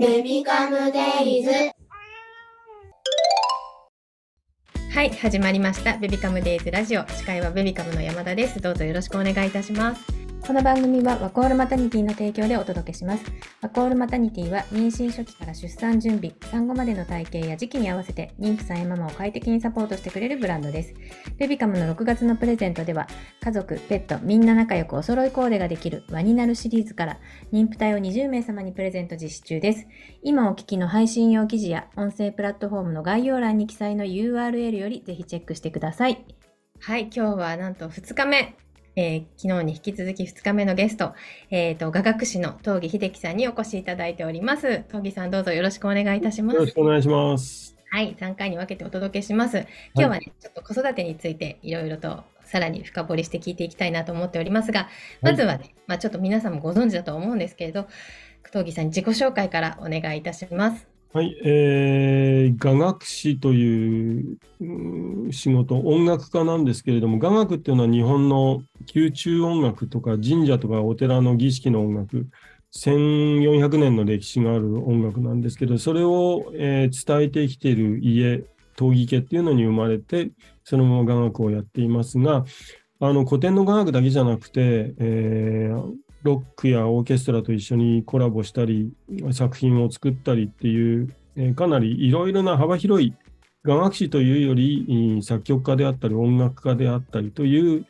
ベビカムデイズ。 はい、始まりましたベビカムデイズラジオ。司会はベビカムの山田です。どうぞよろしくお願いいたします。この番組はワコールマタニティの提供でお届けします。ワコールマタニティは妊娠初期から出産準備、産後までの体型や時期に合わせて妊婦さんやママを快適にサポートしてくれるブランドです。ベビカムの6月のプレゼントでは、家族、ペット、みんな仲良くお揃いコーデができる輪になるシリーズから妊婦体を20名様にプレゼント実施中です。今お聞きの配信用記事や音声プラットフォームの概要欄に記載の URL よりぜひチェックしてください。はい、今日はなんと2日目。昨日に引き続き2日目のゲスト、雅楽師の東儀秀樹さんにお越しいただいております。東儀さん、どうぞよろしくお願いいたします。 よろしくお願いします。 はい、3回に分けてお届けします。今日はね、ちょっと子育てについていろいろとさらに深掘りして聞いていきたいなと思っておりますが、まずはね、ちょっと皆さんもご存知だと思うんですけれど、東儀さんに自己紹介からお願いいたします。 はい、雅楽師という仕事、音楽家なんですけれども、雅楽っていうのは日本の宮中音楽とか神社とかお寺の儀式の音楽、1400年の歴史がある音楽なんですけど、それを、伝えてきている家、東儀家っていうのに生まれて、そのまま雅楽をやっていますが、古典の雅楽だけじゃなくて、ロックやオーケストラと一緒にコラボしたり、作品を作ったりっていう、かなりいろいろな幅広い雅楽師というより作曲家であったり音楽家であったりという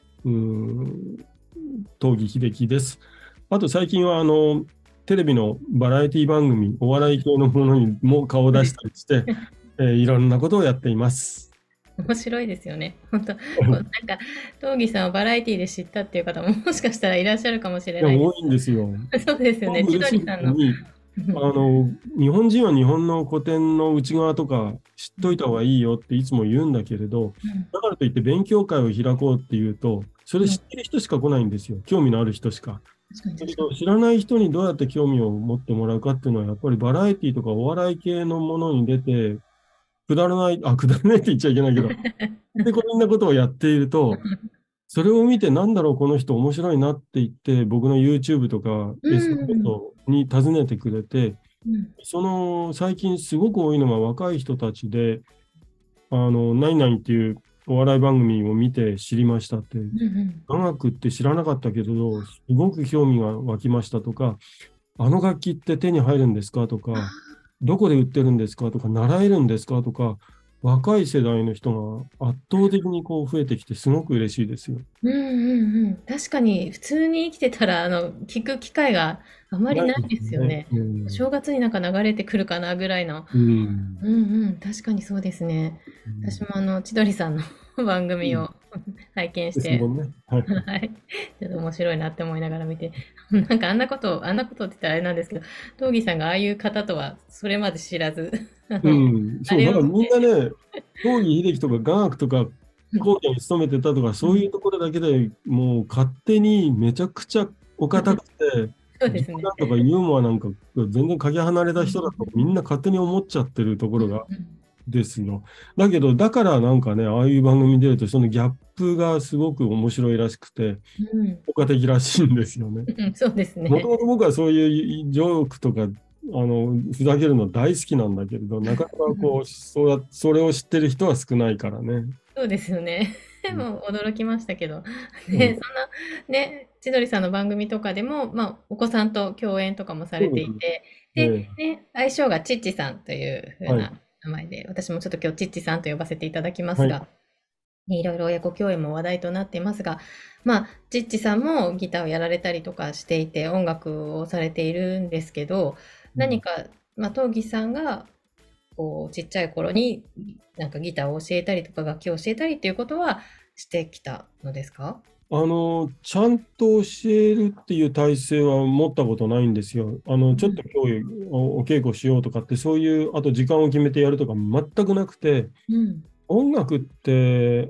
東儀秀樹です。あと最近はテレビのバラエティ番組、お笑い系のものにも顔を出したりして、いろんなことをやっています。 面白いですよね。本当なんか東儀さんをバラエティで知ったっていう方ももしかしたらいらっしゃるかもしれないです。 多いんですよ。 そうですよね。千鳥さんの日本人は日本の古典の内側とか知っといた方がいいよっていつも言うんだけれど、だからといって勉強会を開こうっていうと、それ知ってる人しか来ないんですよ。興味のある人しか。だけど知らない人にどうやって興味を持ってもらうかっていうのは、やっぱりバラエティとかお笑い系のものに出て、くだらないって言っちゃいけないけど、で、こんなことをやっていると、それを見てなんだろう、この人面白いなって言って、僕の YouTube とか SNS に訪ねてくれて、最近すごく多いのが若い人たちで、何々っていうお笑い番組を見て知りましたって、雅楽って知らなかったけど、すごく興味が湧きましたとか、あの楽器って手に入るんですかとか、どこで売ってるんですかとか、習えるんですかとか、若い世代の人が圧倒的にこう増えてきて、すごく嬉しいですよ。 確かに普通に生きてたら聞く機会があまりないですよね。正月になんか流れてくるかなぐらいの。確かにそうですね。私も千鳥さんの番組を拝見して、はい、ちょっと面白いなって思いながら見て、なんかあんなことって言ったらあれなんですけど、東儀さんがああいう方とはそれまで知らず、 そう、だからみんなね、東儀秀樹とか雅楽とか講義に勤めてたとか、そういうところだけでもう勝手にめちゃくちゃお堅くて、 そうですね。 とかユーモアなんか全然かけ離れた人だとみんな勝手に思っちゃってるところがですよ。だけど、だからなんかね、ああいう番組に出ると、そのギャップがすごく面白いらしくて、効果的らしいんですよね。 そうですね。 もともと僕はそういうジョークとか、ふざけるの大好きなんだけれど、なかなかこう、それを知ってる人は少ないからね。 そうですよね。もう驚きましたけど。そんなね、千鳥さんの番組とかでも、お子さんと共演とかもされていて、で、愛称がチッチさんというふうな名前で、私もちょっと今日チッチさんと呼ばせていただきますが、いろいろ親子共演も話題となっていますが、チッチさんもギターをやられたりとかしていて、音楽をされているんですけど、何か、東儀さんがこうちっちゃい頃になんかギターを教えたりとか楽器を教えたりっていうことはしてきたのですか？ ちゃんと教えるっていう体制は持ったことないんですよ。ちょっと今日お稽古しようとかって、そういう、あと時間を決めてやるとか全くなくて、音楽って、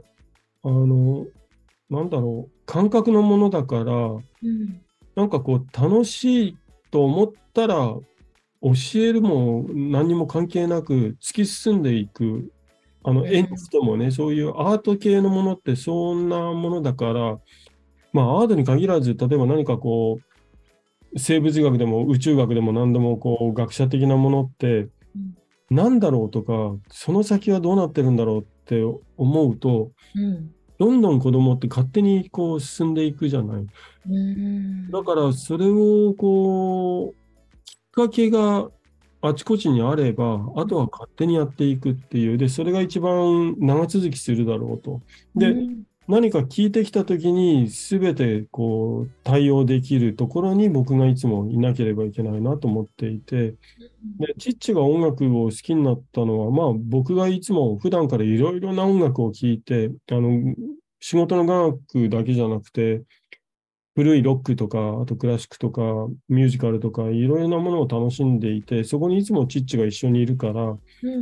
なんだろう、感覚のものだから、なんかこう、楽しいと思ったら、教えるも何にも関係なく突き進んでいく。絵にしてもね、そういうアート系のものってそんなものだから、アートに限らず、例えば何かこう、 生物学でも宇宙学でも何でもこう学者的なものって何だろうとか、その先はどうなってるんだろうって思うと、どんどん子供って勝手にこう進んでいくじゃない。だからそれをこうきっかけがあちこちにあれば、あとは勝手にやっていくっていう、で、それが一番長続きするだろうと。で、何か聞いてきたときに、すべてこう対応できるところに僕がいつもいなければいけないなと思っていて、で、チッチが音楽を好きになったのは、まあ僕がいつも普段からいろいろな音楽を聴いて、仕事の雅楽だけじゃなくて、古いロックとか、あとクラシックとか、ミュージカルとか、いろいろなものを楽しんでいて、そこにいつもチッチが一緒にいるから、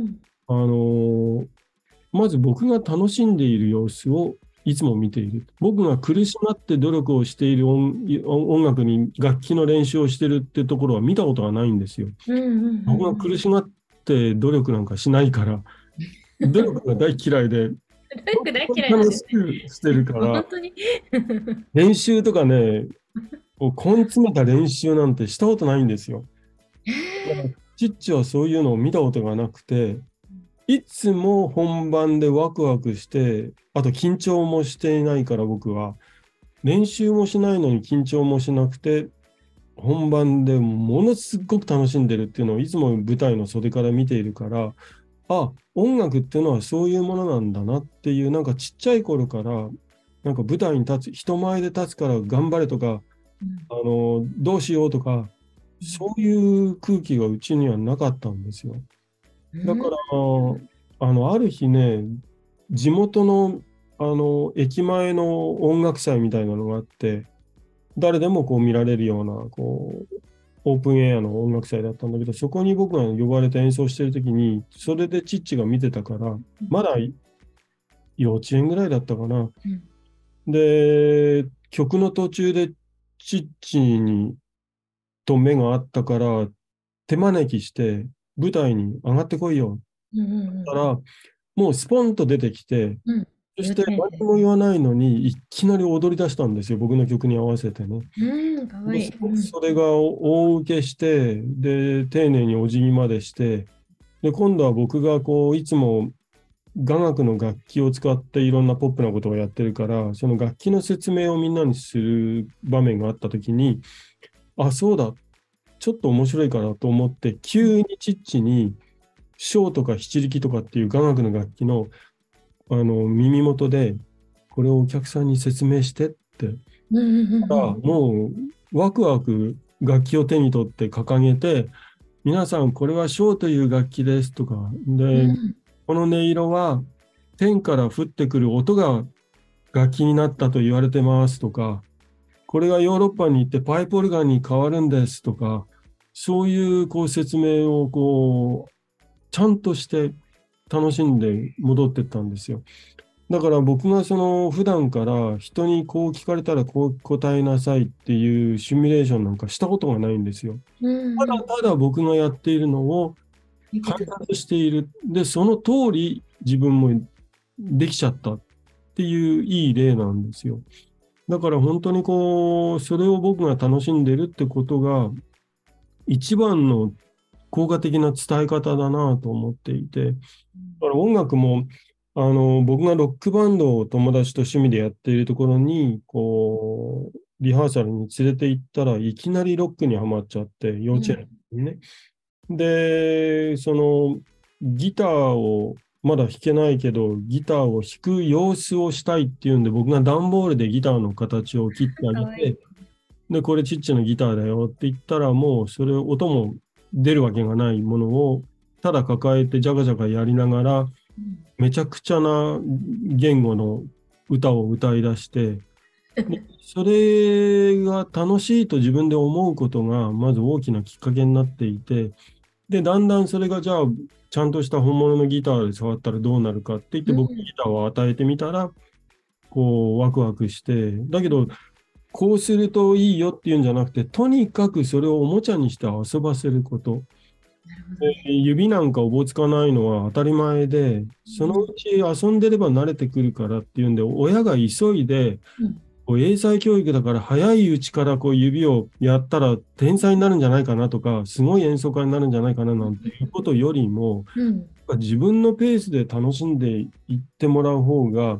まず僕が楽しんでいる様子をいつも見ている。僕が苦しまって努力をしている音楽に楽器の練習をしているってところは見たことがないんですよ。僕が苦しまって努力なんかしないから、努力が大嫌いで、楽しくしてるから、練習とかね、根詰めた練習なんてしたことないんですよ。だからチッチはそういうのを見たことがなくて、いつも本番でワクワクして、あと緊張もしていないから僕は、練習もしないのに緊張もしなくて、本番でものすごく楽しんでるっていうのをいつも舞台の袖から見ているから、あ、音楽っていうのはそういうものなんだなっていう、なんかちっちゃい頃から、なんか舞台に立つ、人前で立つから頑張れとか、どうしようとか、そういう空気がうちにはなかったんですよ。だから、ある日ね、地元の、駅前の音楽祭みたいなのがあって、誰でもこう見られるような、こう、オープンエアの音楽祭だったんだけど、そこに僕が呼ばれて演奏してるときに、それでチッチが見てたから、まだ幼稚園ぐらいだったかな。で、曲の途中でチッチにと目があったから、手招きして舞台に上がってこいよ。だから、もうスポンと出てきて、そして何も言わないのに、いきなり踊り出したんですよ、僕の曲に合わせてね。 かわいい。 それが大受けして、で、丁寧にお辞儀までして、で、今度は僕がこう、いつも雅楽の楽器を使っていろんなポップなことをやってるから、その楽器の説明をみんなにする場面があったときに、あ、そうだ、ちょっと面白いかなと思って、急にチッチに、笙とか七力とかっていう雅楽の楽器の、耳元で、これをお客さんに説明してって、もうワクワク楽器を手に取って掲げて、皆さんこれは笙という楽器ですとか、で、この音色は天から降ってくる音が楽器になったと言われてますとか、これがヨーロッパに行ってパイプオルガンに変わるんですとか、そういうこう説明をこうちゃんとして楽しんで戻ってったんですよ。だから僕がその普段から人にこう聞かれたらこう答えなさいっていうシミュレーションなんかしたことがないんですよ。ただただ僕がやっているのを観察している。で、その通り自分もできちゃったっていういい例なんですよ。だから本当にこう、それを僕が楽しんでるってことが一番の効果的な伝え方だなと思っていて、だから音楽も僕がロックバンドを友達と趣味でやっているところに、こう、リハーサルに連れて行ったらいきなりロックにはまっちゃって、幼稚園にね。で、そのギターをまだ弾けないけど、ギターを弾く様子をしたいっていうんで、僕が段ボールでギターの形を切ってあげて、で、これちっちゃなギターだよって言ったら、もうそれ音も出るわけがないものを、ただ抱えてジャカジャカやりながら、めちゃくちゃな言語の歌を歌い出して、それが楽しいと自分で思うことがまず大きなきっかけになっていて、で、だんだんそれがじゃあちゃんとした本物のギターで触ったらどうなるかって言って僕ギターを与えてみたら、こうワクワクして、だけどこうするといいよっていうんじゃなくて、とにかくそれをおもちゃにして遊ばせること。指なんかおぼつかないのは当たり前で、そのうち遊んでれば慣れてくるからっていうんで、親が急いでこう英才教育だから早いうちからこう指をやったら天才になるんじゃないかなとか、すごい演奏家になるんじゃないかななんていうことよりも、自分のペースで楽しんでいってもらう方が、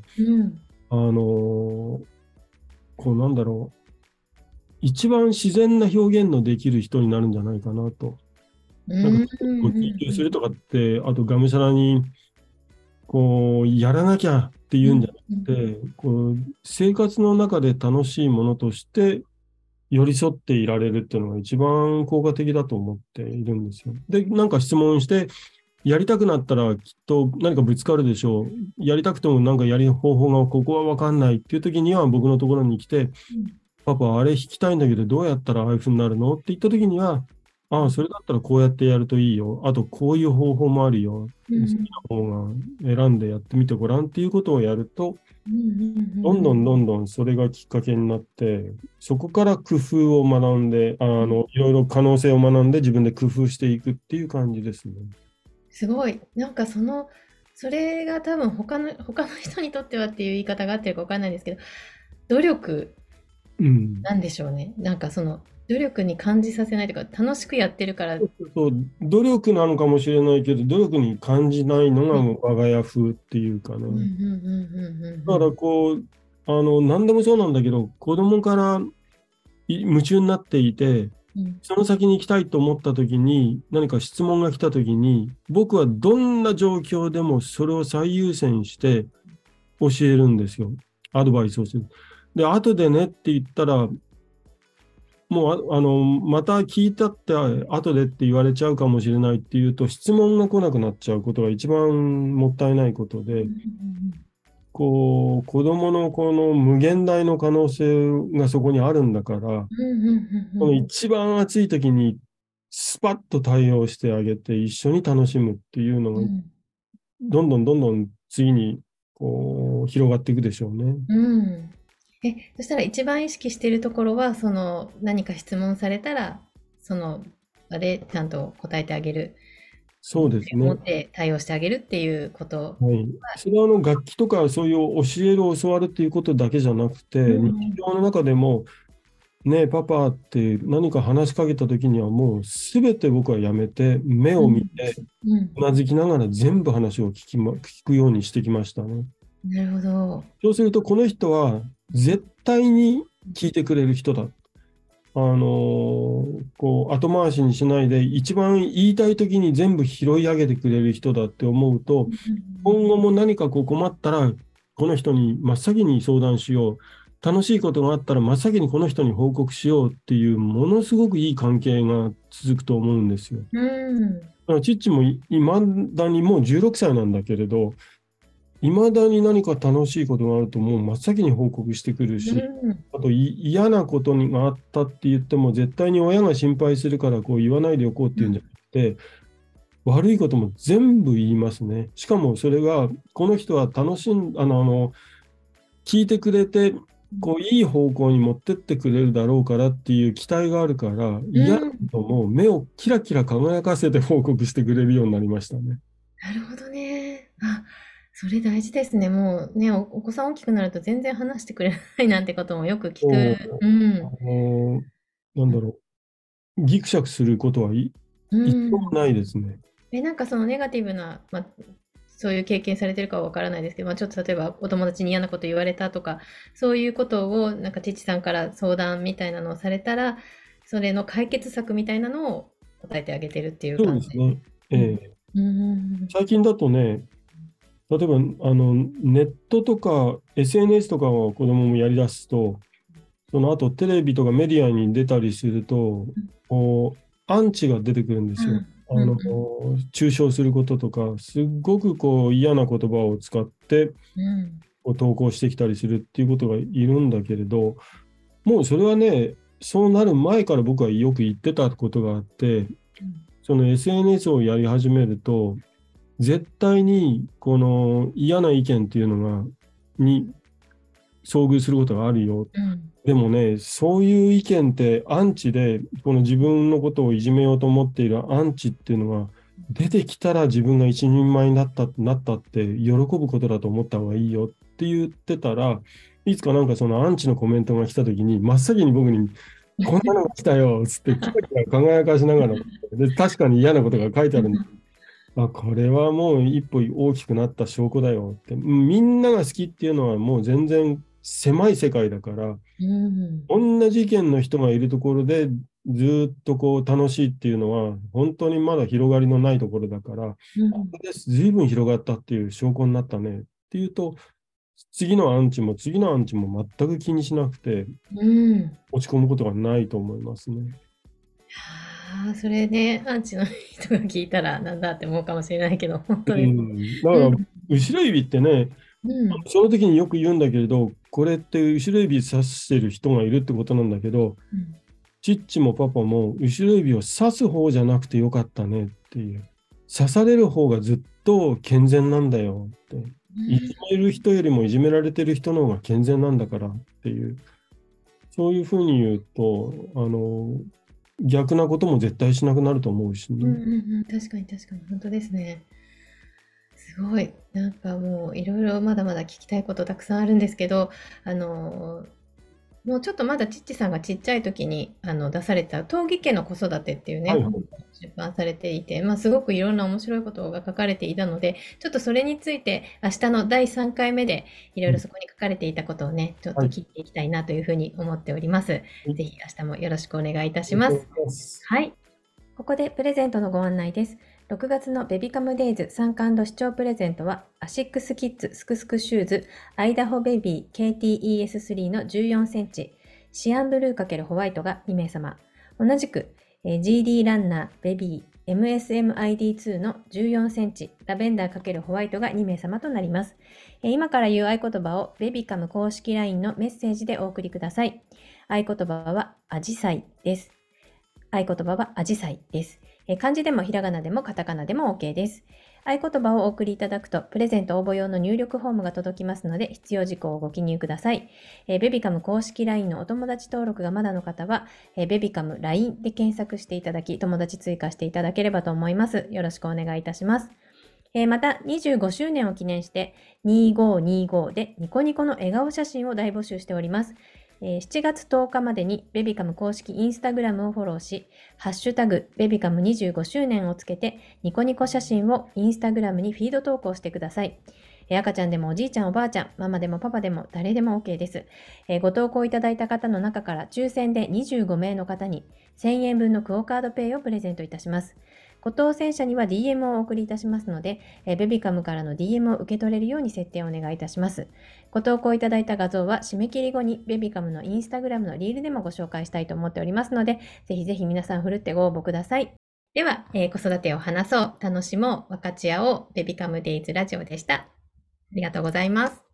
こうなんだろう、一番自然な表現のできる人になるんじゃないかなと。なんか緊張するとかって、あとがむしゃらにこうやらなきゃっていうんじゃなくて、こう生活の中で楽しいものとして寄り添っていられるっていうのが一番効果的だと思っているんですよ。で、なんか質問して、やりたくなったらきっと何かぶつかるでしょう。やりたくてもなんかやり方法がここはわかんないっていう時には僕のところに来て、パパあれ弾きたいんだけどどうやったらああいう風になるのって言った時には、ああ、それだったらこうやってやるといいよ。あとこういう方法もあるよ。好きな方が選んでやってみてごらんっていうことをやると、どんどんそれがきっかけになって、そこから工夫を学んで、いろいろ可能性を学んで自分で工夫していくっていう感じですね。 すごい。なんかそれが多分他の人にとってはっていう言い方があってるかわかんないんですけど、努力なんでしょうね。なんか努力に感じさせないというか、楽しくやってるから。 そう、努力なのかもしれないけど、努力に感じないのが我が家風っていうかね。だからこう、何でもそうなんだけど、子供から夢中になっていて、その先に行きたいと思った時に、何か質問が来た時に、僕はどんな状況でもそれを最優先して教えるんですよ。アドバイスをする。で、後でねって言ったら、もうまた聞いたって後でって言われちゃうかもしれないっていうと、質問が来なくなっちゃうことが一番もったいないことで、こう子供のこの無限大の可能性がそこにあるんだから、この一番暑い時にスパッと対応してあげて一緒に楽しむっていうのが、どんどん次にこう広がっていくでしょうね。 そしたら一番意識しているところは、何か質問されたら、場でちゃんと答えてあげる。 そうですね。 持って対応してあげるっていうこと。 はい。それは楽器とかそういう教える、教わるっていうことだけじゃなくて、日常の中でも、ねえ、パパって何か話しかけた時にはもうすべて僕はやめて、目を見て、うなずきながら全部話を聞くようにしてきましたね。 なるほど。 そうすると、この人は絶対に聞いてくれる人だ。こう後回しにしないで、一番言いたい時に全部拾い上げてくれる人だって思うと、今後も何かこう困ったら、この人に真っ先に相談しよう。楽しいことがあったら真っ先にこの人に報告しようっていう、ものすごくいい関係が続くと思うんですよ。だからチッチもいまだにもう16歳なんだけれど、いまだに何か楽しいことがあるともう真っ先に報告してくるし、あと嫌なことがあったって言っても絶対に親が心配するからこう言わないでおこうっていうんじゃなくて、悪いことも全部言いますね。しかもそれがこの人は聞いてくれてこういい方向に持ってってくれるだろうからっていう期待があるから、嫌なことも目をキラキラ輝かせて報告してくれるようになりましたね。 なるほどね。それ大事ですね。もうね、お子さん大きくなると全然話してくれないなんてこともよく聞く。 なんだろう。ギクシャクすることは一度もないですね。 なんかネガティブな、そういう経験されてるかはわからないですけど、ちょっと例えばお友達に嫌なこと言われたとか、そういうことをなんか父さんから相談みたいなのをされたら、それの解決策みたいなのを答えてあげてるっていう感じ。 そうですね。最近だとね、例えばネットとか SNS とかを子供もやりだすと、その後テレビとかメディアに出たりすると、こうアンチが出てくるんですよ。中傷することとか、すっごくこう嫌な言葉を使って投稿してきたりするっていうことがいるんだけれど、もうそれはね、そうなる前から僕はよく言ってたことがあって、その SNS をやり始めると、絶対にこの嫌な意見っていうのに遭遇することがあるよ。でもね、そういう意見ってアンチで、この自分のことをいじめようと思っているアンチっていうのが出てきたら自分が一人前になったって喜ぶことだと思った方がいいよって言ってたら、 いつかなんかそのアンチのコメントが来たときに、真っ先に僕に、こんなのが来たよ、つって、キラキラ輝かしながら、で、確かに嫌なことが書いてあるんで、これはもう一歩大きくなった証拠だよって。みんなが好きっていうのはもう全然狭い世界だから、同じ意見の人がいるところでずっとこう楽しいっていうのは、本当にまだ広がりのないところだから、ここで随分広がったっていう証拠になったねっていうと、次のアンチも全く気にしなくて、落ち込むことがないと思いますね。 それね、アンチの人が聞いたらなんだって思うかもしれないけど、本当に。 だから、後ろ指ってね、その時によく言うんだけれど、これって後ろ指刺してる人がいるってことなんだけど、チッチもパパも後ろ指を刺す方じゃなくてよかったねっていう。刺される方がずっと健全なんだよって。いじめる人よりもいじめられてる人の方が健全なんだからっていう。そういうふうに言うと、逆なことも絶対しなくなると思うしね。 確かに本当ですね。すごい。なんかもういろいろまだまだ聞きたいことたくさんあるんですけど、もうちょっとまだチッチさんがちっちゃい時に出された「東儀家の子育て」っていうね、本が出版されていて、すごくいろんな面白いことが書かれていたので、ちょっとそれについて明日の第3回目でいろいろそこに書かれていたことをね、ちょっと聞いていきたいなというふうに思っております。ぜひ明日もよろしくお願いいたします。はい。ここでプレゼントのご案内です。6月のベビカムデイズ3冠視聴プレゼントはアシックスキッズスクスクシューズアイダホベビー KTES3 の14センチ、シアンブルー×ホワイトが2名様、同じく GD ランナーベビー MSMID2 の14センチラベンダー×ホワイトが2名様となります。今から言う合言葉をベビカム公式 LINE のメッセージでお送りください。合言葉はアジサイです。合言葉はアジサイです。漢字でもひらがなでもカタカナでも OK です。合言葉をお送りいただくとプレゼント応募用の入力フォームが届きますので必要事項をご記入ください。ベビカム公式 LINE のお友達登録がまだの方はベビカム LINE で検索していただき友達追加していただければと思います。よろしくお願いいたします。また25周年を記念して2525でニコニコの笑顔写真を大募集しております。7月10日までにベビカム公式インスタグラムをフォローし、ハッシュタグベビカム25周年をつけてニコニコ写真をインスタグラムにフィード投稿してください。赤ちゃんでもおじいちゃんおばあちゃん、ママでもパパでも誰でも OK です。ご投稿いただいた方の中から抽選で25名の方に1000円分のクオカードペイをプレゼントいたします。ご当選者には DM をお送りいたしますので、ベビカムからの DM を受け取れるように設定をお願いいたします。ご投稿いただいた画像は締め切り後にベビカムのインスタグラムのリールでもご紹介したいと思っておりますので、ぜひぜひ皆さんふるってご応募ください。では、子育てを話そう、楽しもう、分かち合おう、ベビカムデイズラジオでした。ありがとうございます。